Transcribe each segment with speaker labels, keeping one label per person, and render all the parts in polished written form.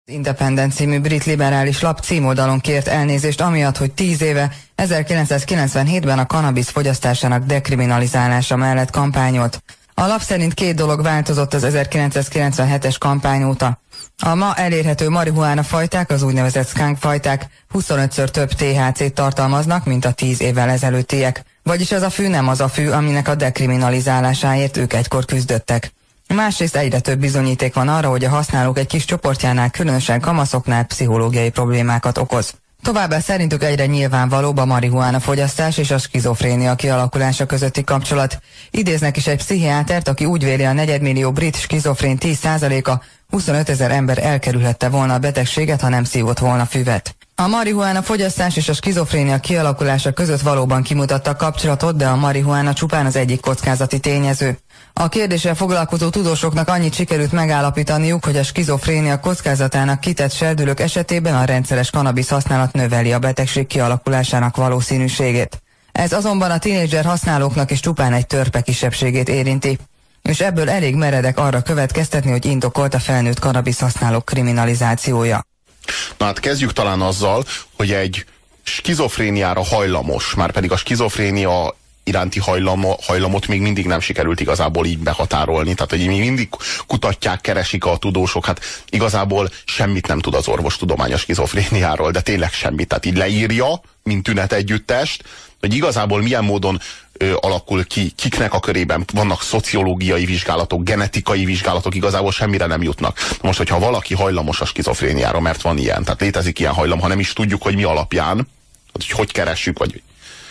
Speaker 1: Independent című brit liberális lap címoldalon kért elnézést amiatt, hogy 10 éve, 1997-ben a kannabisz fogyasztásának dekriminalizálása mellett kampányolt. A lap szerint 2 dolog változott az 1997-es kampány óta. A ma elérhető marihuána fajták, az úgynevezett skunk fajták 25-ször több THC-t tartalmaznak, mint a 10 évvel ezelőttiek. Vagyis ez a fű nem az a fű, aminek a dekriminalizálásáért ők egykor küzdöttek. Másrészt egyre több bizonyíték van arra, hogy a használók egy kis csoportjánál, különösen kamaszoknál pszichológiai problémákat okoz. Továbbá szerintük egyre nyilvánvalóbb a marihuána fogyasztás és a skizofrénia kialakulása közötti kapcsolat. Idéznek is egy pszichiátert, aki úgy véli, a 4 millió brit skizofrén 10%-a, 25 000 ember elkerülhette volna a betegséget, ha nem szívott volna füvet. A marihuána fogyasztás és a skizofrénia kialakulása között valóban kimutatta a kapcsolatot, de a marihuána csupán az egyik kockázati tényező. A kérdéssel foglalkozó tudósoknak annyit sikerült megállapítaniuk, hogy a skizofrénia kockázatának kitett serdülők esetében a rendszeres kannabisz használat növeli a betegség kialakulásának valószínűségét. Ez azonban a tínédzser használóknak is csupán egy törpe kisebbségét érinti. És ebből elég meredek arra következtetni, hogy indokolt a felnőtt kannabisz használók kriminalizációja.
Speaker 2: Na hát kezdjük talán azzal, hogy egy skizofréniára hajlamos, már pedig a skizofrénia iránti hajlamot még mindig nem sikerült igazából így behatárolni. Tehát, hogy még mindig kutatják, keresik a tudósok, hát igazából semmit nem tud az orvostudomány a skizofréniáról, de tényleg semmit. Tehát így leírja, mint tünetegyüttest, hogy igazából milyen módon alakul ki, kiknek a körében vannak szociológiai vizsgálatok, genetikai vizsgálatok, igazából semmire nem jutnak. Most, hogyha valaki hajlamos a skizofréniára, mert van ilyen, tehát létezik ilyen hajlam, ha nem is tudjuk, hogy mi alapján, hogy keressük, vagy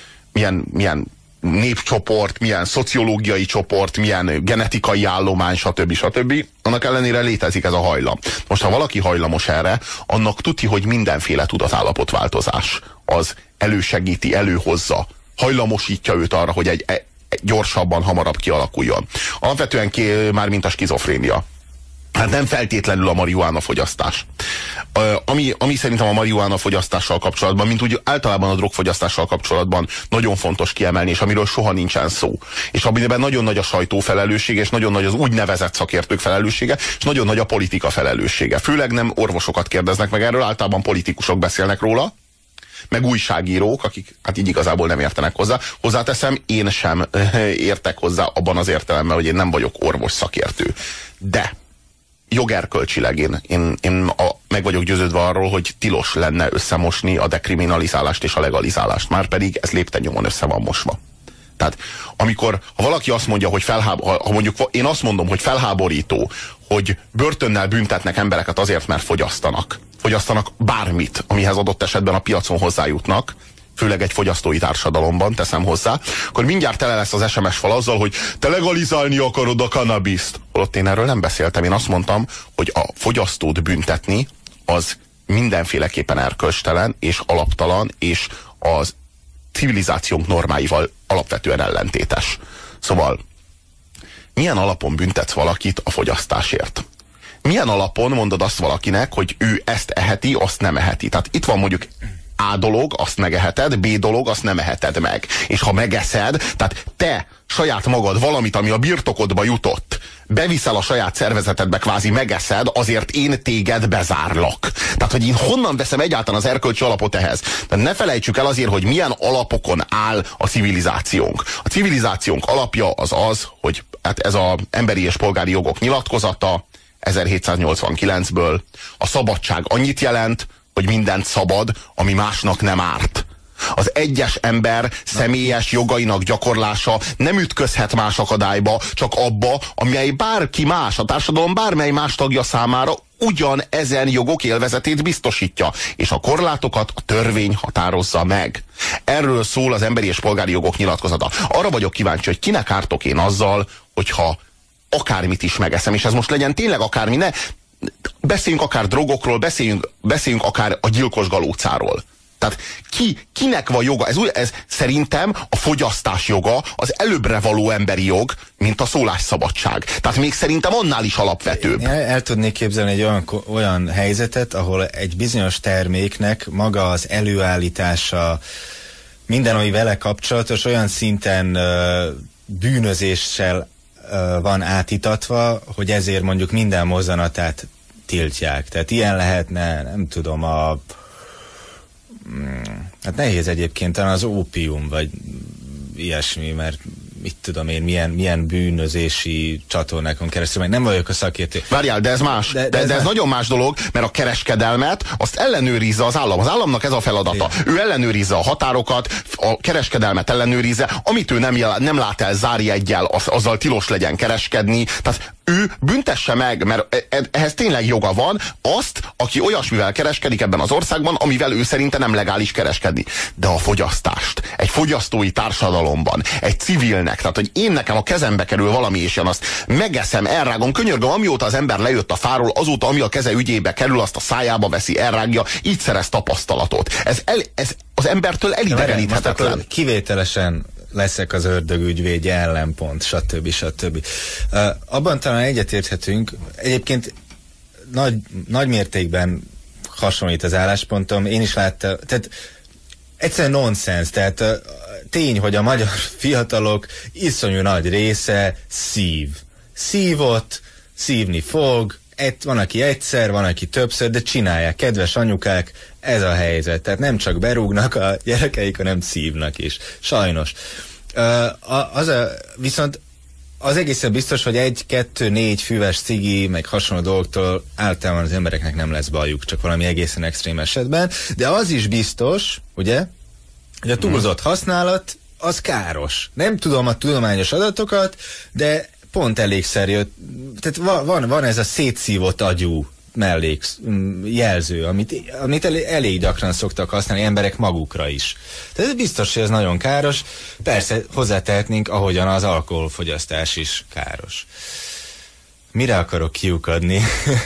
Speaker 2: milyen népcsoport, milyen szociológiai csoport, milyen genetikai állomány, stb. Annak ellenére létezik ez a hajlam. Most, ha valaki hajlamos erre, annak tuti, hogy mindenféle tudatállapotváltozás az elősegíti, előhozza, hajlamosítja őt arra, hogy egy gyorsabban, hamarabb kialakuljon. Alapvetően már mint a skizofrénia. Hát nem feltétlenül a marihuána fogyasztás. Ami szerintem a marihuána fogyasztással kapcsolatban, mint úgy általában a drogfogyasztással kapcsolatban nagyon fontos kiemelni, és amiről soha nincsen szó. És amiben nagyon nagy a sajtó felelőssége, és nagyon nagy az úgynevezett szakértők felelőssége, és nagyon nagy a politika felelőssége. Főleg nem orvosokat kérdeznek meg erről, általában politikusok beszélnek róla, meg újságírók, akik hát így igazából nem értenek hozzá. Hozzáteszem, én sem értek hozzá abban az értelemben, hogy én nem vagyok orvos szakértő. De jogerkölcsileg én meg vagyok győződve arról, hogy tilos lenne összemosni a dekriminalizálást és a legalizálást. Márpedig ez lépten-nyomon össze van mosva. Tehát ha valaki azt mondja, hogy ha mondjuk én azt mondom, hogy felháborító, hogy börtönnel büntetnek embereket azért, mert fogyasztanak bármit, amihez adott esetben a piacon hozzájutnak, főleg egy fogyasztói társadalomban, teszem hozzá, akkor mindjárt tele lesz az SMS fal azzal, hogy te legalizálni akarod a kannabiszt. Holott én erről nem beszéltem, én azt mondtam, hogy a fogyasztót büntetni az mindenféleképpen erkölcstelen és alaptalan, és az civilizációnk normáival alapvetően ellentétes. Szóval milyen alapon büntetsz valakit a fogyasztásért? Milyen alapon mondod azt valakinek, hogy ő ezt eheti, azt nem eheti? Tehát itt van mondjuk A dolog, azt megeheted, B dolog, azt nem eheted meg. És ha megeszed, tehát te saját magad valamit, ami a birtokodba jutott, beviszel a saját szervezetedbe, kvázi megeszed, azért én téged bezárlak. Tehát, hogy én honnan veszem egyáltalán az erkölcsi alapot ehhez? Tehát ne felejtsük el azért, hogy milyen alapokon áll a civilizációnk. A civilizációnk alapja az, hogy hát ez az emberi és polgári jogok nyilatkozata 1789-ből. A szabadság annyit jelent, hogy mindent szabad, ami másnak nem árt. Az egyes ember személyes jogainak gyakorlása nem ütközhet más akadályba, csak abba, amely bárki más, a társadalom bármely más tagja számára ugyan ezen jogok élvezetét biztosítja, és a korlátokat a törvény határozza meg. Erről szól az emberi és polgári jogok nyilatkozata. Arra vagyok kíváncsi, hogy kinek ártok én azzal, hogyha akármit is megeszem, és ez most legyen tényleg akármi, ne beszéljünk akár drogokról, beszéljünk akár a gyilkos galócáról. Tehát kinek van joga? Ez szerintem a fogyasztás joga az előbbre való emberi jog, mint a szólásszabadság. Tehát még szerintem annál is alapvetőbb.
Speaker 3: El tudnék képzelni egy olyan helyzetet, ahol egy bizonyos terméknek maga az előállítása, minden, ami vele kapcsolatos, olyan szinten bűnözéssel van átítatva, hogy ezért mondjuk minden mozzanatát tiltják. Tehát ilyen lehetne, nem tudom, hát nehéz egyébként talán az ópium, vagy ilyesmi, mert mit tudom én, milyen bűnözési csatornákon keresztül, meg nem vagyok a szakértő.
Speaker 2: Várjál, de ez más. De ez nagyon más dolog, mert a kereskedelmet azt ellenőrizze az állam. Az államnak ez a feladata. Igen. Ő ellenőrizze a határokat, a kereskedelmet ellenőrizze, amit ő nem lát el zárjeggyel, azzal tilos legyen kereskedni. Tehát ő büntesse meg, mert ehhez tényleg joga van, azt, aki olyasmivel kereskedik ebben az országban, amivel ő szerinte nem legális kereskedni. De a fogyasztást egy fogyasztói társadalomban, egy civilnek, tehát hogy én nekem a kezembe kerül valami, és én azt megeszem, elrágom, könyörgöm, amióta az ember lejött a fáról, azóta, ami a keze ügyébe kerül, azt a szájába veszi, elrágja, így szerez tapasztalatot. Ez az embertől elidegeníthetetlen.
Speaker 3: Kivételesen leszek az ördögügyvédje, ellenpont, stb. Abban talán egyetérthetünk. Egyébként nagy mértékben hasonlít az álláspontom. Én is láttam, tehát egyszerűen nonsens, tehát tény, hogy a magyar fiatalok iszonyú nagy része szívott, szívni fog, van, aki egyszer, van, aki többször, de csinálják, kedves anyukák, ez a helyzet. Tehát nem csak berúgnak a gyerekeik, hanem szívnak is. Sajnos. Viszont az egészen biztos, hogy 1-2-4 füves cigi, meg hasonló dolgoktól általában az embereknek nem lesz bajuk, csak valami egészen extrém esetben. De az is biztos, ugye, hogy a túlzott használat az káros. Nem tudom a tudományos adatokat, de pont elégszer jött, tehát van ez a szétszívott agyú jelző, amit elég gyakran szoktak használni emberek magukra is. Tehát biztos, hogy ez nagyon káros. Persze hozzátehetnénk, ahogyan az alkoholfogyasztás is káros. Mire akarok kiukadni?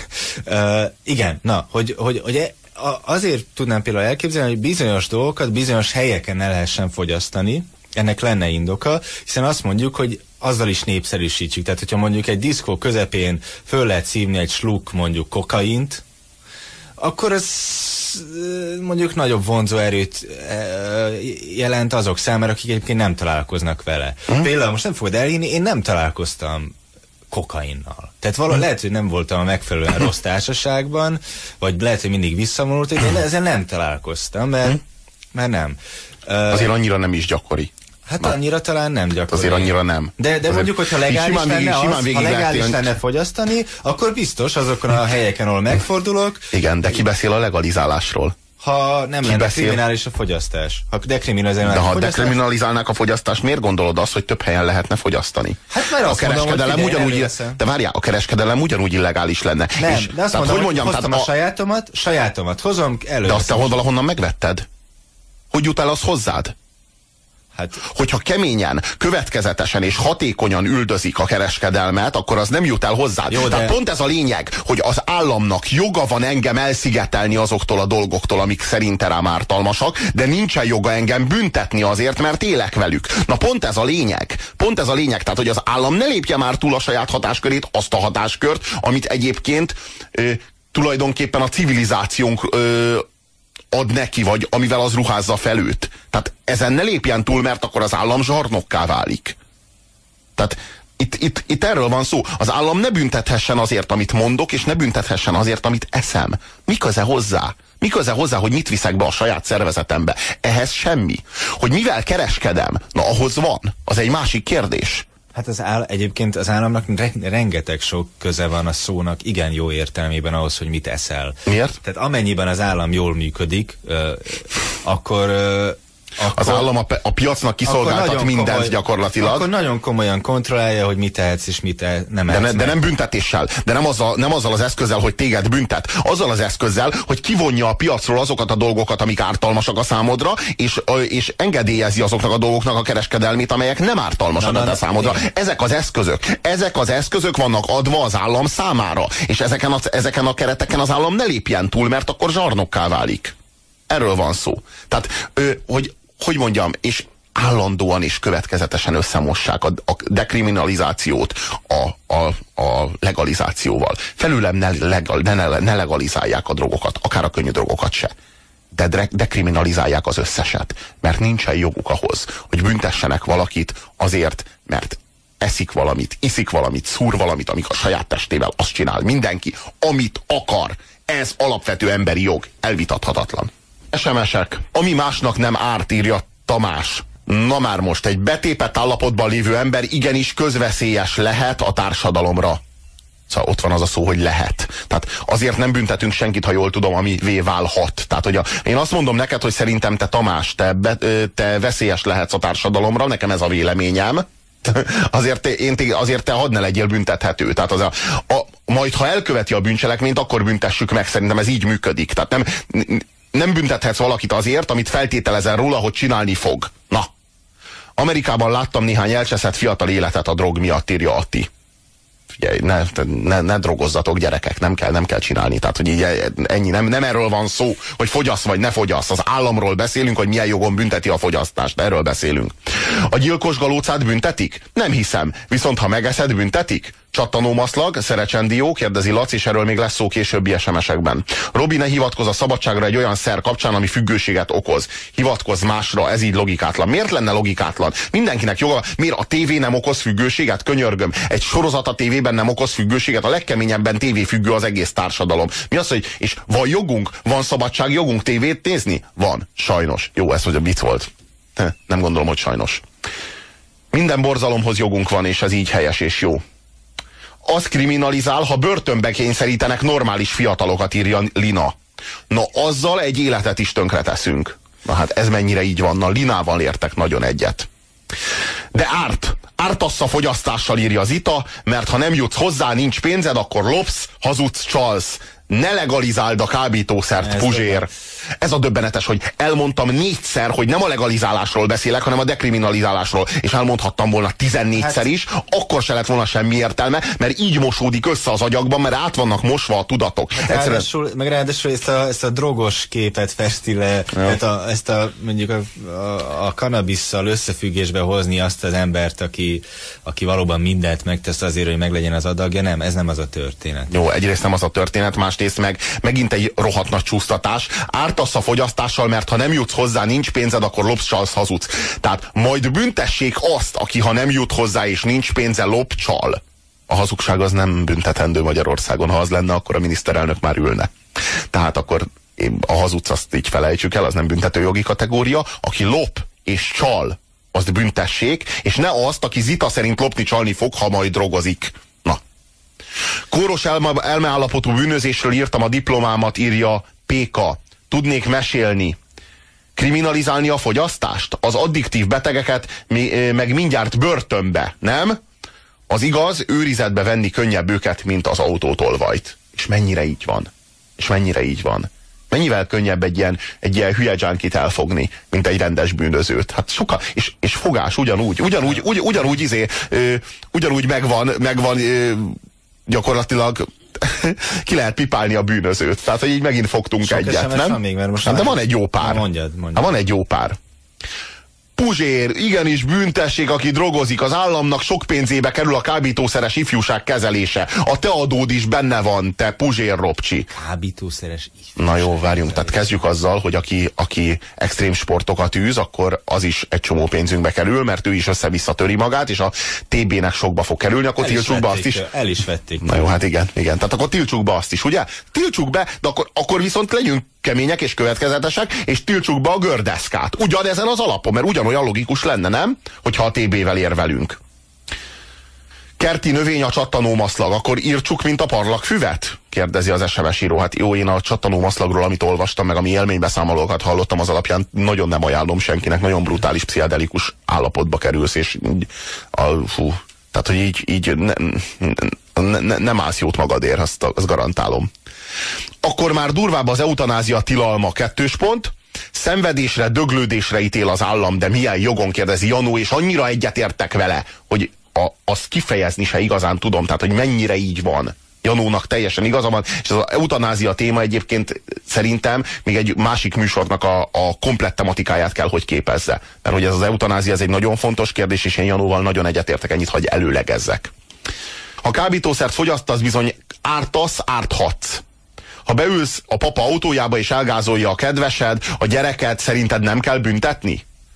Speaker 3: Igen, na, hogy azért tudnám például elképzelni, hogy bizonyos dolgokat bizonyos helyeken el lehessen fogyasztani, ennek lenne indoka, hiszen azt mondjuk, hogy azzal is népszerűsítjük. Tehát, hogyha mondjuk egy diszkó közepén föl lehet szívni egy sluk mondjuk kokaint, akkor ez mondjuk nagyobb vonzóerőt jelent azok számára, akik egyébként nem találkoznak vele. Például most nem fogod elhinni, én nem találkoztam kokainnal. Tehát lehet, hogy nem voltam a megfelelően rossz társaságban, vagy lehet, hogy mindig visszavonult, de én ezzel nem találkoztam, mert nem.
Speaker 2: Azért annyira nem is gyakori.
Speaker 3: Hát annyira talán nem gyakori.
Speaker 2: Azért annyira nem.
Speaker 3: De mondjuk, hogyha legális lenne fogyasztani, akkor biztos azokon a helyeken, ahol megfordulok.
Speaker 2: Igen, de ki beszél a legalizálásról?
Speaker 3: Ha nem lenne kriminális a fogyasztás. Ha dekriminalizálnák a fogyasztást, miért gondolod azt, hogy több helyen lehetne fogyasztani? Hát mert
Speaker 2: a kereskedelem ugyanúgy, de várjál, a kereskedelem ugyanúgy illegális lenne.
Speaker 3: Nem, és, de azt mondom, hogy hoztam a sajátomat hozom elő.
Speaker 2: De azt te valahonnan megvetted? Hogy jut el az hozzád? Hát, hogyha keményen, következetesen és hatékonyan üldözik a kereskedelmet, akkor az nem jut el hozzád. Jó, tehát pont ez a lényeg, hogy az államnak joga van engem elszigetelni azoktól a dolgoktól, amik szerinte rám ártalmasak, de nincsen joga engem büntetni azért, mert élek velük. Na pont ez a lényeg. Pont ez a lényeg. Tehát, hogy az állam ne lépje már túl a saját hatáskörét, azt a hatáskört, amit egyébként tulajdonképpen a civilizációnk ad neki, vagy amivel az ruházza fel őt. Tehát ezen ne lépjen túl, mert akkor az állam zsarnokká válik. Tehát itt erről van szó. Az állam ne büntethessen azért, amit mondok, és ne büntethessen azért, amit eszem. Mi köze hozzá? Mi köze hozzá, hogy mit viszek be a saját szervezetembe? Ehhez semmi. Hogy mivel kereskedem? Na, ahhoz van. Az egy másik kérdés.
Speaker 3: Hát egyébként az államnak rengeteg sok köze van a szónak igen jó értelmében ahhoz, hogy mit eszel.
Speaker 2: Miért?
Speaker 3: Tehát amennyiben az állam jól működik, akkor
Speaker 2: az állam a piacnak kiszolgáltat mindent gyakorlatilag.
Speaker 3: Akkor nagyon komolyan kontrollálja, hogy mit tehetsz és mit nem ehetsz.
Speaker 2: De nem büntetéssel, de nem azzal az eszközzel, hogy téged büntet. Azzal az eszközzel, hogy kivonja a piacról azokat a dolgokat, amik ártalmasak a számodra, és engedélyezi azoknak a dolgoknak a kereskedelmét, amelyek nem ártalmasak a számodra. Ezek az eszközök vannak adva az állam számára, és ezeken a kereteken az állam ne lépjen túl, mert akkor zsarnokká válik. Erről van szó. Tehát, hogy mondjam, és állandóan és következetesen összemossák a dekriminalizációt a legalizációval. Felülem ne legalizálják a drogokat, akár a könnyű drogokat se. De dekriminalizálják az összeset, mert nincsen joguk ahhoz, hogy büntessenek valakit azért, mert eszik valamit, iszik valamit, szúr valamit, amik a saját testével azt csinál. Mindenki, amit akar. Ez alapvető emberi jog. Elvitathatatlan. SMS-ek. Ami másnak nem árt, írja Tamás. Na már most, egy betépett állapotban lévő ember igenis közveszélyes lehet a társadalomra. Szóval ott van az a szó, hogy lehet. Tehát azért nem büntetünk senkit, ha jól tudom, ami válhat. Tehát, hogy én azt mondom neked, hogy szerintem te Tamás, te veszélyes lehetsz a társadalomra, nekem ez a véleményem. Azért te hadd ne legyél büntethető. Tehát majd, ha elköveti a bűncselekményt, akkor büntessük meg. Szerintem ez így működik. Tehát nem büntethetsz valakit azért, amit feltételezel róla, hogy csinálni fog. Na. Amerikában láttam néhány elcseszett fiatal életet a drog miatt, írja Atti. Figyelj, ne drogozzatok, gyerekek, nem kell csinálni. Tehát, hogy így ennyi, nem erről van szó, hogy fogyasz vagy ne fogyasz. Az államról beszélünk, hogy milyen jogon bünteti a fogyasztást, erről beszélünk. A gyilkos galócát büntetik? Nem hiszem. Viszont ha megeszed, büntetik? Csattanómaszlag, Szerecsendió, kérdezi Laci, és erről még lesz szó későbbi SMS-ekben. Robi, ne hivatkozz a szabadságra egy olyan szer kapcsán, ami függőséget okoz. Hivatkozz másra, ez így logikátlan. Miért lenne logikátlan? Mindenkinek joga, miért a tévé nem okoz függőséget? Könyörgöm. Egy sorozat a tévében nem okoz függőséget, a legkeményebben tévéfüggő az egész társadalom. Mi az, hogy és van jogunk, van szabadság jogunk tévét nézni? Van, sajnos. Jó, ez hogy a vicc volt. Nem gondolom, hogy sajnos. Minden borzalomhoz jogunk van, és ez így helyes és jó. Az kriminalizál, ha börtönbe kényszerítenek normális fiatalokat, írja Lina. Na, azzal egy életet is tönkreteszünk. Na hát ez mennyire így van? Na, Linával értek nagyon egyet. De ártasz a fogyasztással, írja Zita, mert ha nem jutsz hozzá, nincs pénzed, akkor lopsz, hazudsz, csalsz. Ne legalizáld a kábítószert, Puzsér. Ez a döbbenetes, hogy elmondtam 4-szer, hogy nem a legalizálásról beszélek, hanem a dekriminalizálásról. És elmondhattam volna 14-szer is, akkor se lett volna semmi értelme, mert így mosódik össze az agyakban, mert át vannak mosva a tudatok.
Speaker 3: Ráadásul ezt a drogos képet festi le, ja. Mondjuk a kannabisszal összefüggésbe hozni azt az embert, aki valóban mindent megtesz azért, hogy meglegyen az adagja. Nem, ez nem az a történet.
Speaker 2: Jó, egyrészt nem az a történet, másrészt megint egy rohadt nagy csúsztatás. Ártasz a fogyasztással, mert ha nem jutsz hozzá, nincs pénzed, akkor lopsz, csalsz, hazudsz. Tehát majd büntessék azt, aki ha nem jut hozzá és nincs pénze, lop, csal. A hazugság az nem büntetendő Magyarországon. Ha az lenne, akkor a miniszterelnök már ülne. Tehát akkor a hazudsz, azt így felejtsük el, az nem büntetőjogi kategória. Aki lop és csal, azt büntessék, és ne azt, aki Zita szerint lopni, csalni fog, ha majd drogozik. Na. Kóros elmeállapotú bűnözésről írtam a diplomámat, írja PK. Tudnék mesélni. Kriminalizálni a fogyasztást? Az addiktív betegeket meg mindjárt börtönbe, nem? Az igaz, őrizetbe venni könnyebb őket, mint az autótolvajt. És mennyire így van? És mennyire így van? Mennyivel könnyebb egy ilyen hülye dzsánkit elfogni, mint egy rendes bűnözőt? Hát sokkal, és fogás ugyanúgy megvan gyakorlatilag ki lehet pipálni a bűnözőt. Tehát, hogy így megint fogtunk sok egyet, nem?
Speaker 3: Még, mert most
Speaker 2: de van egy jó pár.
Speaker 3: Mondjad.
Speaker 2: Van egy jó pár. Puzsér, igenis büntessék, aki drogozik. Az államnak sok pénzébe kerül a kábítószeres ifjúság kezelése. A te adód is benne van, te Puzsér Robcsi.
Speaker 3: Kábítószeres ifjúság.
Speaker 2: Na jó, várjunk. Tehát kezdjük azzal, hogy aki extrém sportokat űz, akkor az is egy csomó pénzünkbe kerül, mert ő is össze-vissza töri magát, és a TB-nek sokba fog kerülni, akkor tiltsuk be azt is.
Speaker 3: El is vették.
Speaker 2: Na jó, hát igen. Tehát akkor tiltsuk be azt is, ugye? Tiltsuk be, de akkor viszont legyünk kemények és következetesek, és tiltsuk be a gördeszkát. Ugyanezen az alapon, mert ugyanolyan logikus lenne, nem? Hogyha a TB-vel érvelünk. Kerti növény a csattanómaszlag, akkor írtsuk, mint a parlagfüvet? Kérdezi az SMS író. Hát jó, én a csattanómaszlagról, amit olvastam, meg ami élménybeszámolókat hallottam, az alapján nagyon nem ajánlom senkinek, nagyon brutális, pszichedelikus állapotba kerülsz, és tehát, hogy így nem állsz jót magadért, azt garantálom. Akkor már durvább az eutanázia tilalma, 2. pont. Szenvedésre, döglődésre ítél az állam, de milyen jogon, kérdezi Janó, és annyira egyetértek vele, hogy azt kifejezni se igazán tudom, tehát hogy mennyire így van. Janónak teljesen igaza van, és az eutanázia téma egyébként szerintem még egy másik műsornak a komplett tematikáját kell, hogy képezze. Mert hogy ez az eutanázia, ez egy nagyon fontos kérdés, és én Janóval nagyon egyetértek, ennyit, hogy előlegezzek. Ha kábítószert fogyasztasz, bizony árthatsz. Ha beülsz a papa autójába és elgázolja a kedvesed, a gyereket, szerinted nem kell büntetni?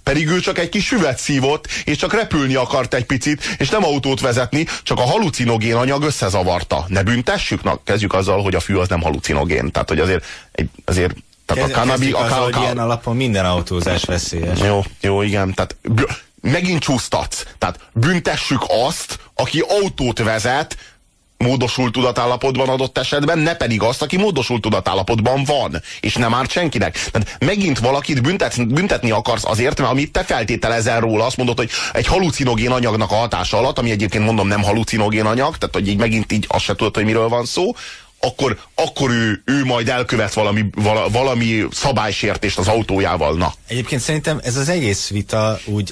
Speaker 2: pedig ő csak egy kis füvet szívott, és csak repülni akart egy picit, és nem autót vezetni, csak a halucinogén anyag összezavarta. Ne büntessük? Na, kezdjük azzal, hogy a fű az nem halucinogén. Tehát, hogy azért tehát a cannabis...
Speaker 3: hogy ilyen alapon minden autózás veszélyes.
Speaker 2: Jó, igen. Tehát megint csúsztatsz. Tehát büntessük azt, aki autót vezet, módosult tudatállapotban adott esetben, ne pedig azt, aki módosult tudatállapotban van, és nem árt senkinek. Tehát megint valakit büntetni akarsz azért, mert amit te feltételezel róla, azt mondod, hogy egy halucinogén anyagnak a hatása alatt, ami egyébként mondom nem halucinogén anyag, tehát hogy így megint így azt se tudod, hogy miről van szó, akkor ő majd elkövet valami szabálysértést az autójával. Na.
Speaker 3: Egyébként szerintem ez az egész vita úgy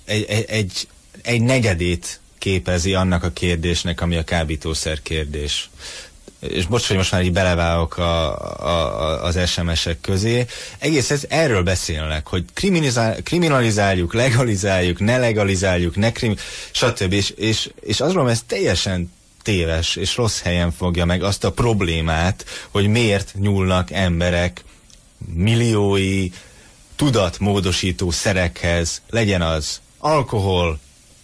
Speaker 3: egy negyedét képezi annak a kérdésnek, ami a kábítószer kérdés. És bocs, hogy most már így belevágok az SMS-ek közé. Egész erről beszélnek, hogy kriminalizáljuk, legalizáljuk, ne legalizáljuk, stb. És azt mondom, ez teljesen téves és rossz helyen fogja meg azt a problémát, hogy miért nyúlnak emberek milliói tudatmódosító szerekhez, legyen az alkohol,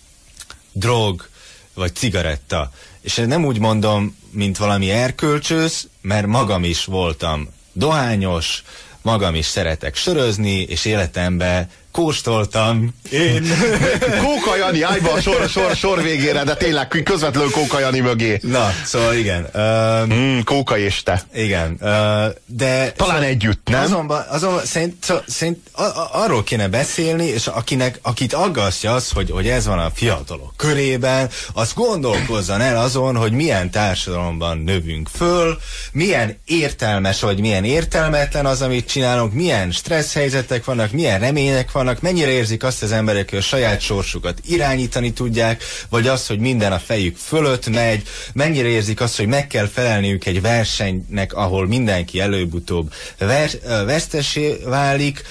Speaker 3: drog, vagy cigaretta. És nem úgy mondom, mint valami erkölcsös, mert magam is voltam dohányos, magam is szeretek sörözni, és életemben kóstoltam. Én...
Speaker 2: Kóka Jani, állj be a sor végére, de tényleg közvetlenül Kóka Jani mögé.
Speaker 3: Na, szóval igen.
Speaker 2: Kóka és te.
Speaker 3: Igen. De
Speaker 2: talán együtt, nem?
Speaker 3: Azonban szerint arról kéne beszélni, és akit aggasztja az, hogy ez van a fiatalok körében, az gondolkozzon el azon, hogy milyen társadalomban növünk föl, milyen értelmes vagy milyen értelmetlen az, amit csinálunk, milyen stressz helyzetek vannak, milyen remények vannak, mennyire érzik azt az emberek, hogy a saját sorsukat irányítani tudják, vagy az, hogy minden a fejük fölött megy, mennyire érzik azt, hogy meg kell felelniük egy versenynek, ahol mindenki előbb-utóbb vesztessé válik.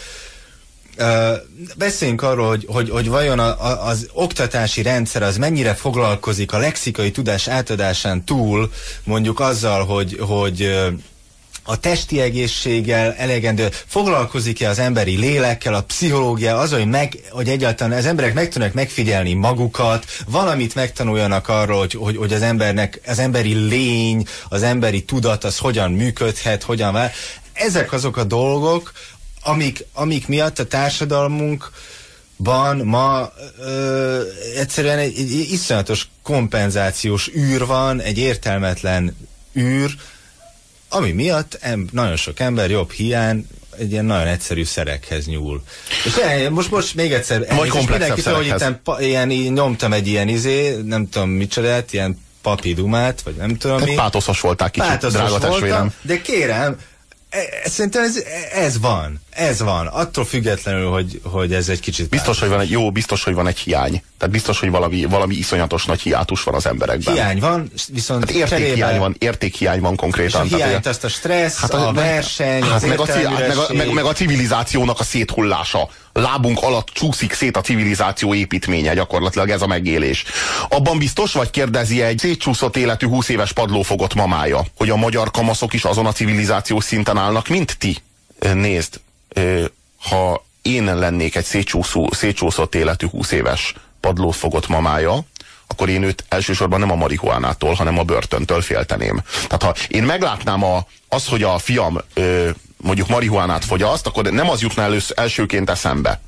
Speaker 3: Beszéljünk arról, hogy vajon az oktatási rendszer az mennyire foglalkozik a lexikai tudás átadásán túl, mondjuk azzal, hogy a testi egészséggel elegendő, foglalkozik-e az emberi lélekkel, a pszichológia, az, hogy egyáltalán az emberek meg tudnak megfigyelni magukat, valamit megtanuljanak arról, hogy az emberi lény, az emberi tudat, az hogyan működhet, hogyan vál. Ezek azok a dolgok, amik miatt a társadalmunkban ma egyszerűen egy iszonyatos kompenzációs űr van, egy értelmetlen űr, ami miatt nagyon sok ember jobb hiány egy ilyen nagyon egyszerű szerekhez nyúl. És most még egyszer,
Speaker 2: vagy komplexebb szerekhez.
Speaker 3: Így nyomtam egy ilyen nem tudom micsodát, ilyen papidumát, vagy nem tudom mi.
Speaker 2: Pátoszos voltál kicsit, drága testvérem.
Speaker 3: De kérem, szerintem ez van. Attól függetlenül, hogy ez egy kicsit...
Speaker 2: Biztos, hogy van egy hiány. Tehát biztos, hogy valami iszonyatos nagy hiátus van az emberekben.
Speaker 3: Hiány van, viszont
Speaker 2: értékhiány van konkrétan.
Speaker 3: És a hiányt azt a stressz, a verseny, az értelműresség.
Speaker 2: Meg a civilizációnak a széthullása. Lábunk alatt csúszik szét a civilizáció építménye, gyakorlatilag ez a megélés. Abban biztos vagy, kérdezi egy szétcsúszott életű 20 éves padlófogott mamája, hogy a magyar kamaszok is azon a civilizációs szinten állnak, mint ti? Nézd, ha én lennék egy szétcsúszott életű 20 éves padlófogott mamája, akkor én őt elsősorban nem a marihuánától, hanem a börtöntől félteném. Tehát ha én meglátnám azt, hogy a fiam mondjuk marihuánát fogyaszt, akkor nem az jutna elsőként eszembe,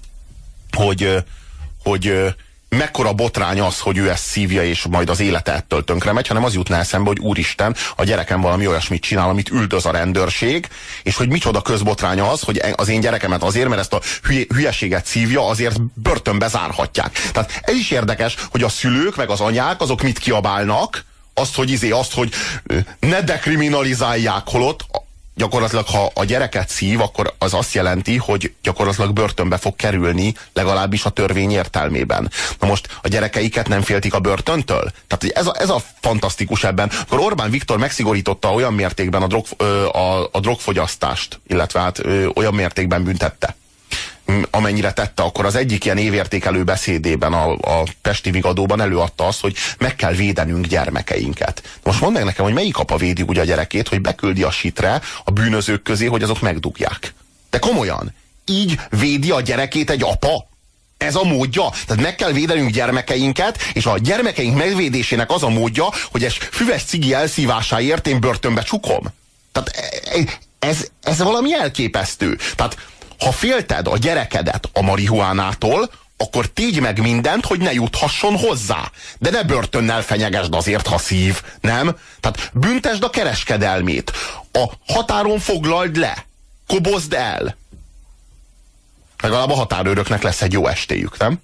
Speaker 2: hogy mekkora botrány az, hogy ő ezt szívja, és majd az élete ettől tönkre megy, hanem az jutna eszembe, hogy úristen, a gyerekem valami olyasmit csinál, amit üldöz a rendőrség, és hogy micsoda közbotránya az, hogy az én gyerekemet azért, mert ezt a hülyeséget szívja, azért börtönbe zárhatják. Tehát ez is érdekes, hogy a szülők meg az anyák azok mit kiabálnak, azt, hogy ne dekriminalizálják, holott gyakorlatilag, ha a gyereket szív, akkor az azt jelenti, hogy gyakorlatilag börtönbe fog kerülni, legalábbis a törvény értelmében. Na most a gyerekeiket nem féltik a börtöntől? Tehát ez a fantasztikus ebben. Akkor Orbán Viktor megszigorította olyan mértékben a drogfogyasztást, illetve hát olyan mértékben büntette, amennyire tette, akkor az egyik ilyen évértékelő beszédében a Pesti Vigadóban előadta azt, hogy meg kell védenünk gyermekeinket. Most mondd meg nekem, hogy melyik apa védi úgy a gyerekét, hogy beküldi a sitre a bűnözők közé, hogy azok megdugják. De komolyan, így védi a gyerekét egy apa? ez a módja. Tehát meg kell védenünk gyermekeinket, és a gyermekeink megvédésének az a módja, hogy egy füves cigi elszívásáért én börtönbe csukom. Tehát ez valami elképesztő. Tehát ha félted a gyerekedet a marihuánától, akkor tégy meg mindent, hogy ne juthasson hozzá. De ne börtönnel fenyegesd azért, ha szív, nem? Tehát büntesd a kereskedelmét. A határon foglald le. Kobozd el. Legalább a határőröknek lesz egy jó estéjük, nem?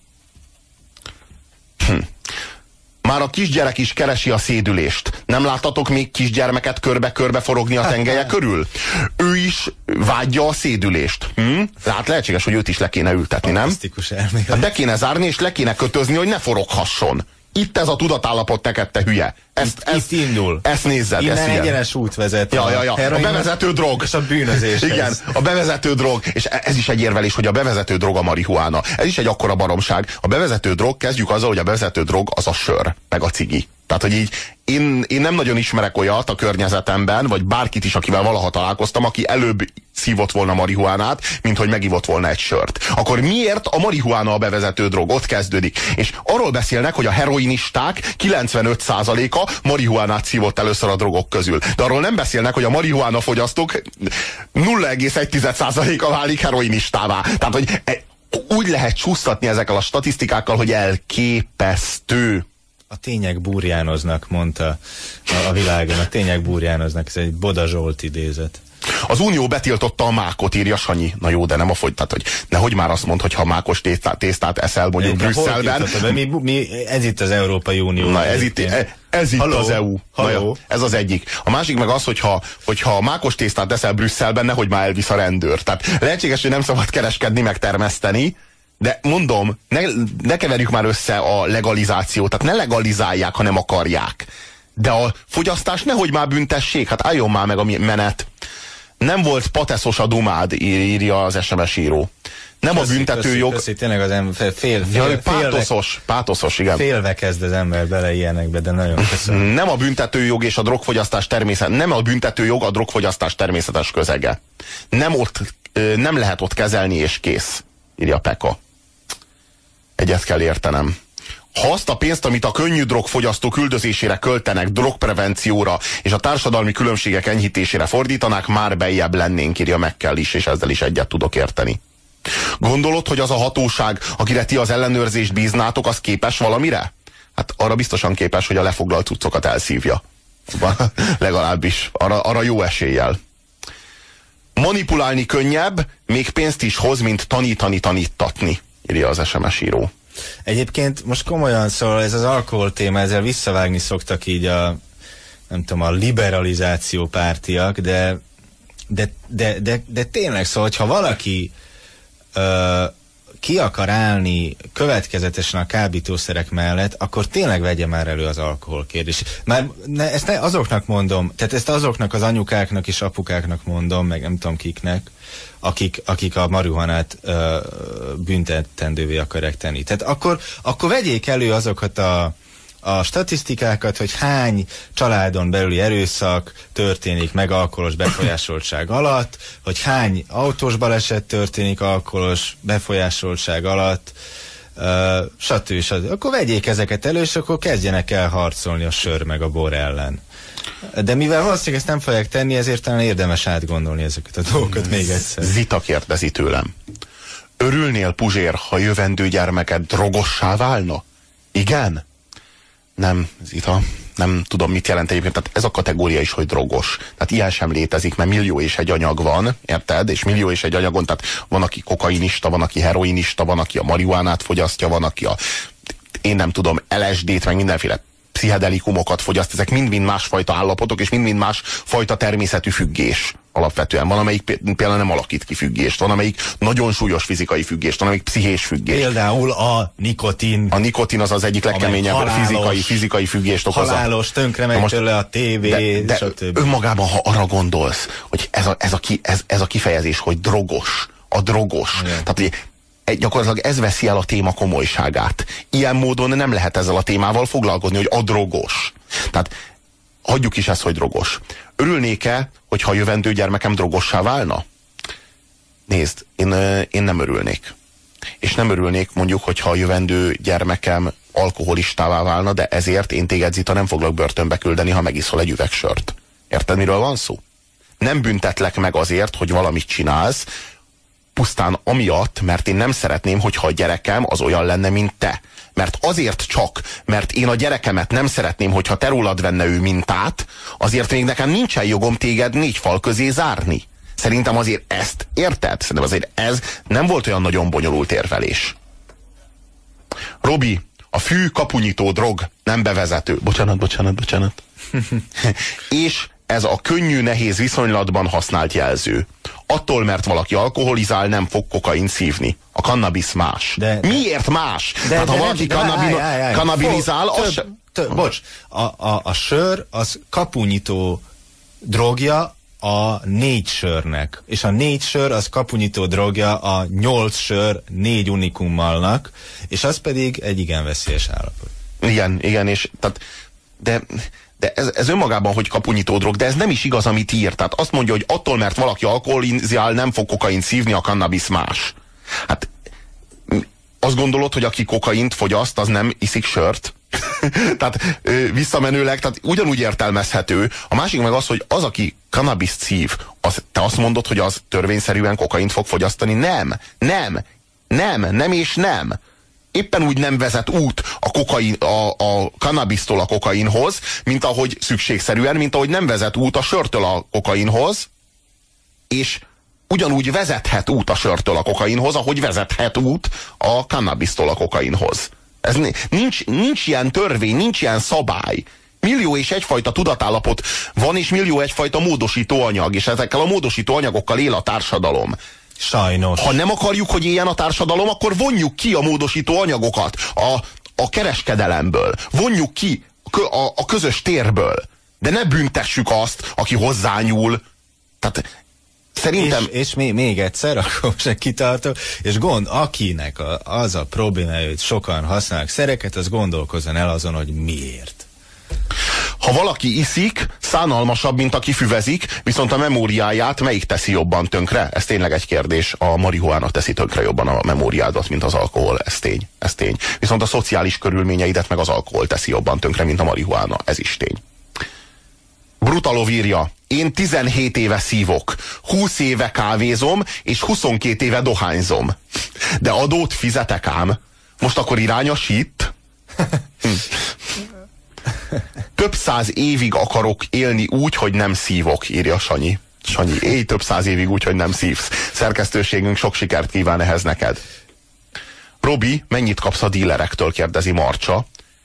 Speaker 2: Már a kisgyerek is keresi a szédülést. Nem láttatok még kisgyermeket körbe-körbe forogni a tengelye körül? Ő is vágyja a szédülést. Hát lehetséges, hogy őt is le kéne ültetni, nem? Hát be kéne zárni, és le kéne kötözni, hogy ne foroghasson. Itt ez a tudatállapot neked, te hülye.
Speaker 3: Itt indul.
Speaker 2: Ezt nézzed.
Speaker 3: Innen egyenes út vezet.
Speaker 2: Ja. A bevezető drog.
Speaker 3: És a bűnözéshez.
Speaker 2: Igen, a bevezető drog. És ez is egy érvelés, hogy a bevezető drog a marihuána. Ez is egy akkora baromság. A bevezető drog, kezdjük azzal, hogy a bevezető drog az a sör, meg a cigi. Tehát, hogy így én nem nagyon ismerek olyat a környezetemben, vagy bárkit is, akivel valaha találkoztam, aki előbb szívott volna marihuánát, mint hogy megivott volna egy sört. Akkor miért a marihuána a bevezető drog? Ott kezdődik. És arról beszélnek, hogy a heroinisták 95%-a marihuánát szívott először a drogok közül. De arról nem beszélnek, hogy a marihuána fogyasztók 0,1%-a válik heroinistává. Tehát, hogy úgy lehet csúsztatni ezekkel a statisztikákkal, hogy elképesztő.
Speaker 3: A tények burjánoznak, mondta a világon. A tények burjánoznak. Ez egy Boda Zsolt idézet.
Speaker 2: Az Unió betiltotta a mákot, írja Sanyi. Na jó, de nem a tehát, hogy nehogy már azt mondd, hogy ha mákos tésztát eszel mondjuk Brüsszelben.
Speaker 3: Ez itt az Európai Unió.
Speaker 2: Na ez itt az EU. Na, ez az egyik. A másik meg az, hogyha mákos tésztát eszel Brüsszelben, nehogy már elvisz a rendőr. Tehát lehetséges, hogy nem szabad kereskedni, meg termeszteni, de mondom, ne keverjük már össze a legalizációt, tehát ne legalizálják, ha nem akarják. De a fogyasztás nehogy már büntessék, hát álljon már meg a menet. Nem volt pateszos a dumád, írja az SMS író. Nem a büntetőjog...
Speaker 3: Köszi, tényleg az ember
Speaker 2: pátoszos, igen.
Speaker 3: Félve kezd az ember bele ilyenekbe, de nagyon köszönöm.
Speaker 2: Nem a büntetőjog és a drogfogyasztás nem a büntetőjog a drogfogyasztás természetes közege. Nem lehet ott kezelni és kész, írja Peka. Egyet kell értenem. Ha azt a pénzt, amit a könnyű drogfogyasztók üldözésére költenek, drogprevencióra és a társadalmi különbségek enyhítésére fordítanák, már bejjebb lennénk, írja Mekkel is, és ezzel is egyet tudok érteni. Gondolod, hogy az a hatóság, akire ti az ellenőrzést bíznátok, az képes valamire? Hát arra biztosan képes, hogy a lefoglalt cuccokat elszívja. Legalábbis. Arra jó eséllyel. Manipulálni könnyebb, még pénzt is hoz, mint tanítatni, írja az SMS író.
Speaker 3: Egyébként most komolyan szól, ez az alkohol téma, ezzel visszavágni szoktak így a liberalizáció pártiak, de tényleg szól, hogyha valaki ki akar állni következetesen a kábítószerek mellett, akkor tényleg vegye már elő az alkohol kérdést. Ezt azoknak mondom, tehát ezt azoknak az anyukáknak és apukáknak mondom, meg nem tudom kiknek, akik a marihuánát büntetendővé akarják tenni. Tehát akkor vegyék elő azokat a statisztikákat, hogy hány családon belüli erőszak történik meg alkoholos befolyásoltság alatt, hogy hány autós baleset történik alkoholos befolyásoltság alatt, stb. Akkor vegyék ezeket elő, és akkor kezdjenek el harcolni a sör meg a bor ellen. De mivel valószínűleg ezt nem fogják tenni, ezért talán érdemes átgondolni ezeket a dolgokat még egyszer.
Speaker 2: Zita kérdezi tőlem. Örülnél, Puzsér, ha jövendő gyermeked drogossá válna? Igen? Nem, Zita, nem tudom, mit jelent egyébként. Tehát ez a kategória is, hogy drogos. Tehát ilyen sem létezik, mert millió és egy anyag van, érted? És millió és egy anyagon, tehát van, aki kokainista, van, aki heroinista, van, aki a marihuánát fogyasztja, van, aki én nem tudom, LSD-t, meg mindenféle pszichedelikumokat fogyaszt, ezek mind-mind másfajta állapotok, és mind-mind másfajta természetű függés alapvetően. Van, amelyik például nem alakít ki függést, van, amelyik nagyon súlyos fizikai függést, van, amelyik pszichés függés.
Speaker 3: Például a nikotin.
Speaker 2: A nikotin az egyik legkeményebb fizikai függést okozza.
Speaker 3: Halálos, tönkre megy tőle a tévé,
Speaker 2: de önmagában, ha arra gondolsz, hogy ez a kifejezés, hogy drogos, a drogos. Igen. Tehát, gyakorlatilag ez veszi el a téma komolyságát. Ilyen módon nem lehet ezzel a témával foglalkozni, hogy a drogos. Tehát hagyjuk is ezt, hogy drogos. Örülnék-e, hogyha a jövendő gyermekem drogossá válna? Nézd, én nem örülnék. és nem örülnék mondjuk, hogyha a jövendő gyermekem alkoholistává válna, de ezért én téged, Zita, nem foglak börtönbe küldeni, ha megiszol egy üveg sört. Érted, miről van szó? Nem büntetlek meg azért, hogy valamit csinálsz, pusztán amiatt, mert én nem szeretném, hogyha a gyerekem az olyan lenne, mint te. Mert azért csak, mert én a gyerekemet nem szeretném, hogyha te rólad venne ő mintát, azért még nekem nincsen jogom téged 4 fal közé zárni. Szerintem azért ezt érted? Szerintem azért ez nem volt olyan nagyon bonyolult érvelés. Robi, a fű kapunyító drog, nem bevezető. Bocsánat. És ez a könnyű, nehéz viszonylatban használt jelző. Attól, mert valaki alkoholizál, nem fog kokaint szívni. A kannabisz más. Miért más? Tehát ha valaki kannabilizál, az
Speaker 3: bocs, a sör az kapunyító drogja a 4 sörnek, és a 4 sör az kapunyító drogja a 8 sör 4 unikummalnak, és az pedig egy igen veszélyes állapot.
Speaker 2: Igen, és tehát, de ez önmagában, hogy kapunyító drog, de ez nem is igaz, amit ír. Tehát azt mondja, hogy attól, mert valaki alkoholizál, nem fog kokaint szívni, a kannabisz más. Hát azt gondolod, hogy aki kokaint fogyaszt, az nem iszik sört? Tehát visszamenőleg, tehát ugyanúgy értelmezhető. A másik meg az, hogy az, aki kannabiszt szív, te azt mondod, hogy az törvényszerűen kokaint fog fogyasztani? Nem és nem. Éppen úgy nem vezet út a kannabisztól a kokainhoz, mint ahogy szükségszerűen, mint ahogy nem vezet út a sörtől a kokainhoz, és ugyanúgy vezethet út a sörtől a kokainhoz, ahogy vezethet út a kannabisztól a kokainhoz. Ez nincs ilyen törvény, nincs ilyen szabály. Millió és egyfajta tudatállapot van, és millió egyfajta módosító anyag, és ezekkel a módosító anyagokkal él a társadalom.
Speaker 3: Sajnos.
Speaker 2: Ha nem akarjuk, hogy éljen a társadalom, akkor vonjuk ki a módosító anyagokat a kereskedelemből. Vonjuk ki a közös térből. De ne büntessük azt, aki hozzányúl. Tehát szerintem...
Speaker 3: És még egyszer, akkor most kitartok, és akinek az a problémája, hogy sokan használnak szereket, az gondolkozzon el azon, hogy miért.
Speaker 2: Ha valaki iszik, szánalmasabb, mint aki füvezik, viszont a memóriáját melyik teszi jobban tönkre? Ez tényleg egy kérdés. A marihuána teszi tönkre jobban a memóriádat, mint az alkohol. Ez tény. Viszont a szociális körülményeidet meg az alkohol teszi jobban tönkre, mint a marihuána. Ez is tény. Brutalov írja: én 17 éve szívok, 20 éve kávézom, és 22 éve dohányzom. De adót fizetek ám. Most akkor irány a shit? Több 100 évig akarok élni úgy, hogy nem szívok, írja Sanyi. Sanyi, élj több 100 évig úgy, hogy nem szívsz. Szerkesztőségünk sok sikert kíván ehhez neked. Robi, mennyit kapsz a dílerektől, kérdezi Marcsa.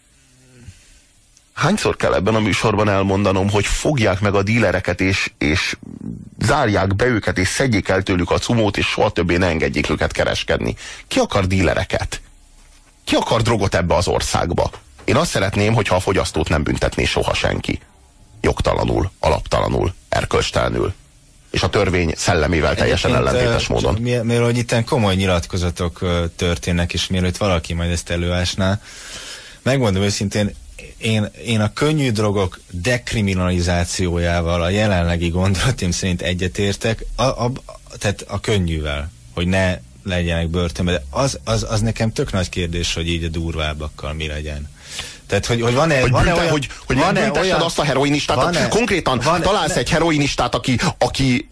Speaker 2: Hányszor kell ebben a műsorban elmondanom, hogy fogják meg a dílereket, és zárják be őket, és szedjék el tőlük a cumót, és soha többé ne engedjék őket kereskedni. Ki akar dílereket? Ki akar drogot ebbe az országba? Én azt szeretném, hogyha a fogyasztót nem büntetné soha senki. Jogtalanul, alaptalanul, erkölcstelenül. És a törvény szellemével teljesen ellentétes módon.
Speaker 3: Mielőtt itt komoly nyilatkozatok történnek, és mielőtt valaki majd ezt előásná, megmondom őszintén, én a könnyű drogok dekriminalizációjával a jelenlegi gondolatim szerint egyetértek, tehát a könnyűvel, hogy ne legyenek börtönben, de az nekem tök nagy kérdés, hogy így a durvábbakkal mi legyen. Tehát, hogy van-e
Speaker 2: hogy büntessed azt a heroinistát, konkrétan találsz egy heroinistát, aki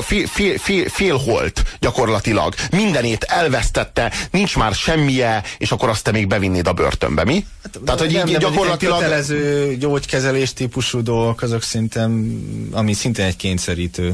Speaker 2: félholt gyakorlatilag, mindenét elvesztette, nincs már semmije, és akkor azt te még bevinnéd a börtönbe, mi? Hát, tehát, hogy így gyakorlatilag...
Speaker 3: kötelező gyógykezelés típusú dolgok, azok ami szintén egy kényszerítő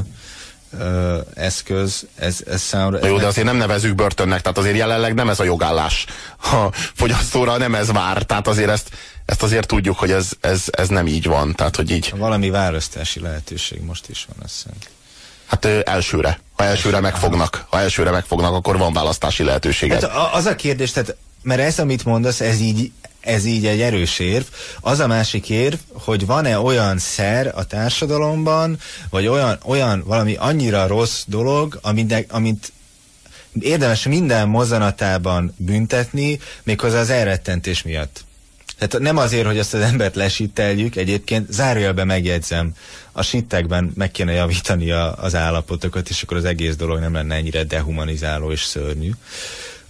Speaker 3: eszköz, ez számomra...
Speaker 2: Jó, de azért nem nevezzük börtönnek, tehát azért jelenleg nem ez a jogállás. A fogyasztóra nem ez vár, tehát azért ezt azért tudjuk, hogy ez nem így van, tehát hogy így...
Speaker 3: Valami választási lehetőség most is van, azt hiszem.
Speaker 2: Hát elsőre. Ha elsőre megfognak, akkor van választási lehetőséged.
Speaker 3: Hát az a kérdés, tehát, mert ez, amit mondasz, ez így egy erős érv. Az a másik érv, hogy van-e olyan szer a társadalomban, vagy olyan valami annyira rossz dolog, amit érdemes minden mozzanatában büntetni, méghozzá az elrettentés miatt. Tehát nem azért, hogy azt az embert lesitteljük, egyébként zárójelben megjegyzem, a sittekben meg kéne javítani az állapotokat, és akkor az egész dolog nem lenne ennyire dehumanizáló és szörnyű.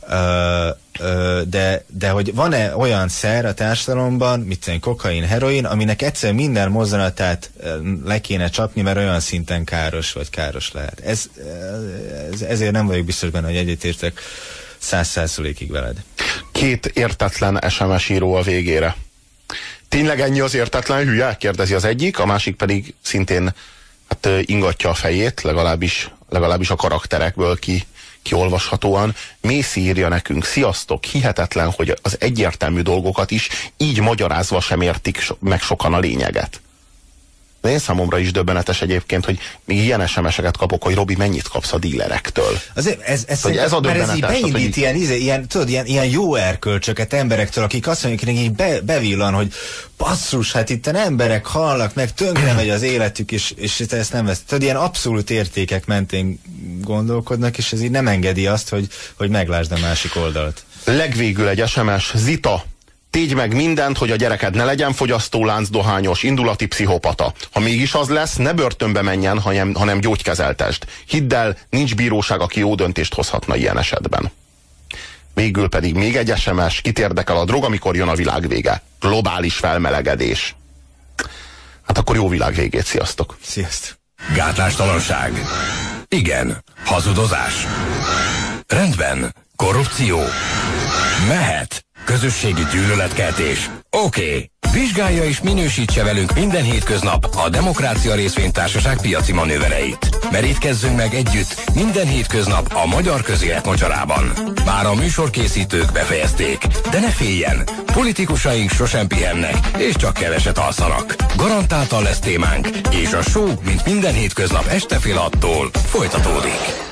Speaker 3: De hogy van-e olyan szer a társadalomban, mit tudom, kokain, heroin, aminek egyszer minden mozzanatát le kéne csapni, mert olyan szinten káros vagy káros lehet. Ezért nem vagyok biztos benne, hogy egyetértek 100%-ig veled.
Speaker 2: 2 értetlen SMS író a végére. Tényleg ennyi az értetlen hülye? Kérdezi az egyik, a másik pedig szintén hát ingatja a fejét, legalábbis a karakterekből kiolvashatóan. Mészi írja nekünk: sziasztok, hihetetlen, hogy az egyértelmű dolgokat is így magyarázva sem értik meg sokan a lényeget. De én számomra is döbbenetes egyébként, hogy még ilyen SMS-eket kapok, hogy Robi, mennyit kapsz a dílerektől.
Speaker 3: Azért ez a döbbenetes. Ez így beindít ilyen jó erkölcsöket emberektől, akik azt mondják, hogy így bevillan, hogy basszus, hát itt emberek halnak meg, tönkre megy az életük, és ezt nem vesz. Tudod, ilyen abszolút értékek mentén gondolkodnak, és ez így nem engedi azt, hogy meglásd a másik oldalt.
Speaker 2: Legvégül egy SMS: Zita, tégy meg mindent, hogy a gyereked ne legyen fogyasztólánc, dohányos, indulati pszichopata. Ha mégis az lesz, ne börtönbe menjen, hanem gyógykezeltesd. Hidd el, nincs bíróság, aki jó döntést hozhatna ilyen esetben. Végül pedig még egy SMS: kit érdekel a drog, amikor jön a világ vége? Globális felmelegedés. Hát akkor jó világ végét, sziasztok!
Speaker 3: Sziasztok!
Speaker 4: Gátlástalanság. Igen. Hazudozás. Rendben. Korrupció. Mehet. Közösségi gyűlöletkeltés. Oké. Vizsgálja és minősítse velünk minden hétköznap a Demokrácia Részvénytársaság piaci manővereit. Merítkezzünk meg együtt minden hétköznap a magyar közélet mocsarában. Már a műsorkészítők befejezték, de ne féljen, politikusaink sosem pihennek, és csak keveset alszanak. Garantáltan lesz témánk, és a show, mint minden hétköznap este fél 6-tól folytatódik.